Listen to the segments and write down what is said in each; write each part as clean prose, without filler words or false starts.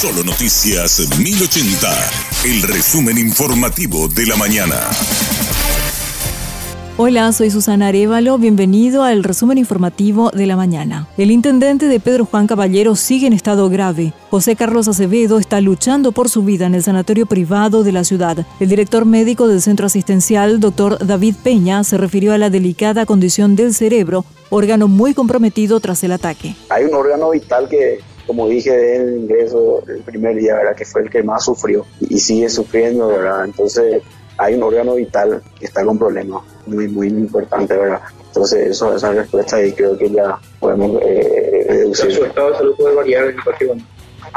Solo Noticias 1080, el resumen informativo de la mañana. Hola, soy Susana Arévalo, bienvenido al resumen informativo de la mañana. El intendente de Pedro Juan Caballero sigue en estado grave. José Carlos Acevedo está luchando por su vida en el sanatorio privado de la ciudad. El director médico del centro asistencial, doctor David Peña, se refirió a la delicada condición del cerebro, órgano muy comprometido tras el ataque. Hay un órgano vital que, como dije del ingreso el primer día, ¿verdad?, que fue el que más sufrió y sigue sufriendo, ¿verdad? Entonces hay un órgano vital que está con problemas muy importante, ¿verdad? Entonces esa respuesta ahí creo que ya podemos deducir. Su estado de salud puede variar en cualquier momento.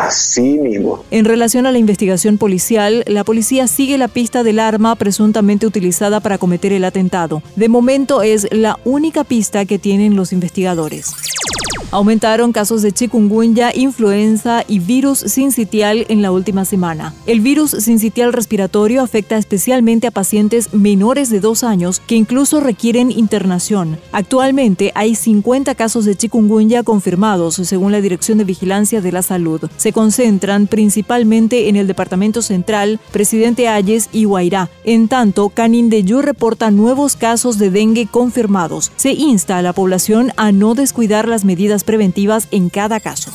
Así mismo. En relación a la investigación policial, la policía sigue la pista del arma presuntamente utilizada para cometer el atentado. De momento es la única pista que tienen los investigadores. Aumentaron casos de chikungunya, influenza y virus sincitial en la última semana. El virus sincitial respiratorio afecta especialmente a pacientes menores de 2 años que incluso requieren internación. Actualmente hay 50 casos de chikungunya confirmados, según la Dirección de Vigilancia de la Salud. Se concentran principalmente en el Departamento Central, Presidente Hayes y Guairá. En tanto, Canindeyú reporta nuevos casos de dengue confirmados. Se insta a la población a no descuidar las medidas preventivas en cada caso.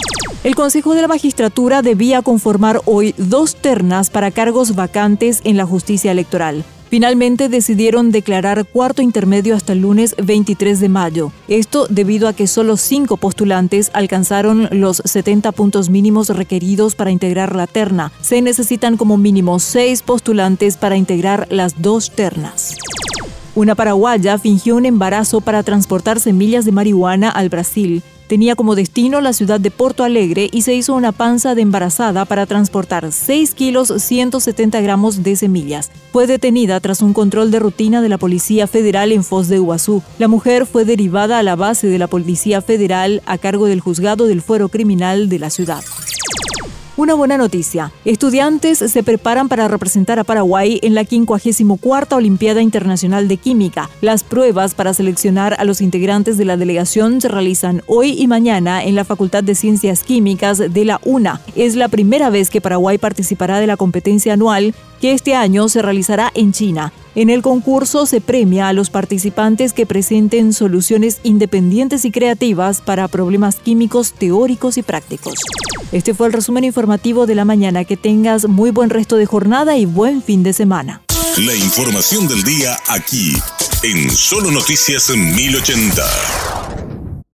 El Consejo de la Magistratura debía conformar hoy 2 ternas para cargos vacantes en la justicia electoral. Finalmente decidieron declarar cuarto intermedio hasta el lunes 23 de mayo. Esto debido a que solo 5 postulantes alcanzaron los 70 puntos mínimos requeridos para integrar la terna. Se necesitan como mínimo 6 postulantes para integrar las 2 ternas. Una paraguaya fingió un embarazo para transportar semillas de marihuana al Brasil. Tenía como destino la ciudad de Porto Alegre y se hizo una panza de embarazada para transportar 6 kilos 170 gramos de semillas. Fue detenida tras un control de rutina de la Policía Federal en Foz de Iguazú. La mujer fue derivada a la base de la Policía Federal a cargo del Juzgado del Fuero Criminal de la ciudad. Una buena noticia. Estudiantes se preparan para representar a Paraguay en la 54ª Olimpiada Internacional de Química. Las pruebas para seleccionar a los integrantes de la delegación se realizan hoy y mañana en la Facultad de Ciencias Químicas de la UNA. Es la primera vez que Paraguay participará de la competencia anual que este año se realizará en China. En el concurso se premia a los participantes que presenten soluciones independientes y creativas para problemas químicos teóricos y prácticos. Este fue el resumen informativo de la mañana. Que tengas muy buen resto de jornada y buen fin de semana. La información del día aquí, en Solo Noticias 1080.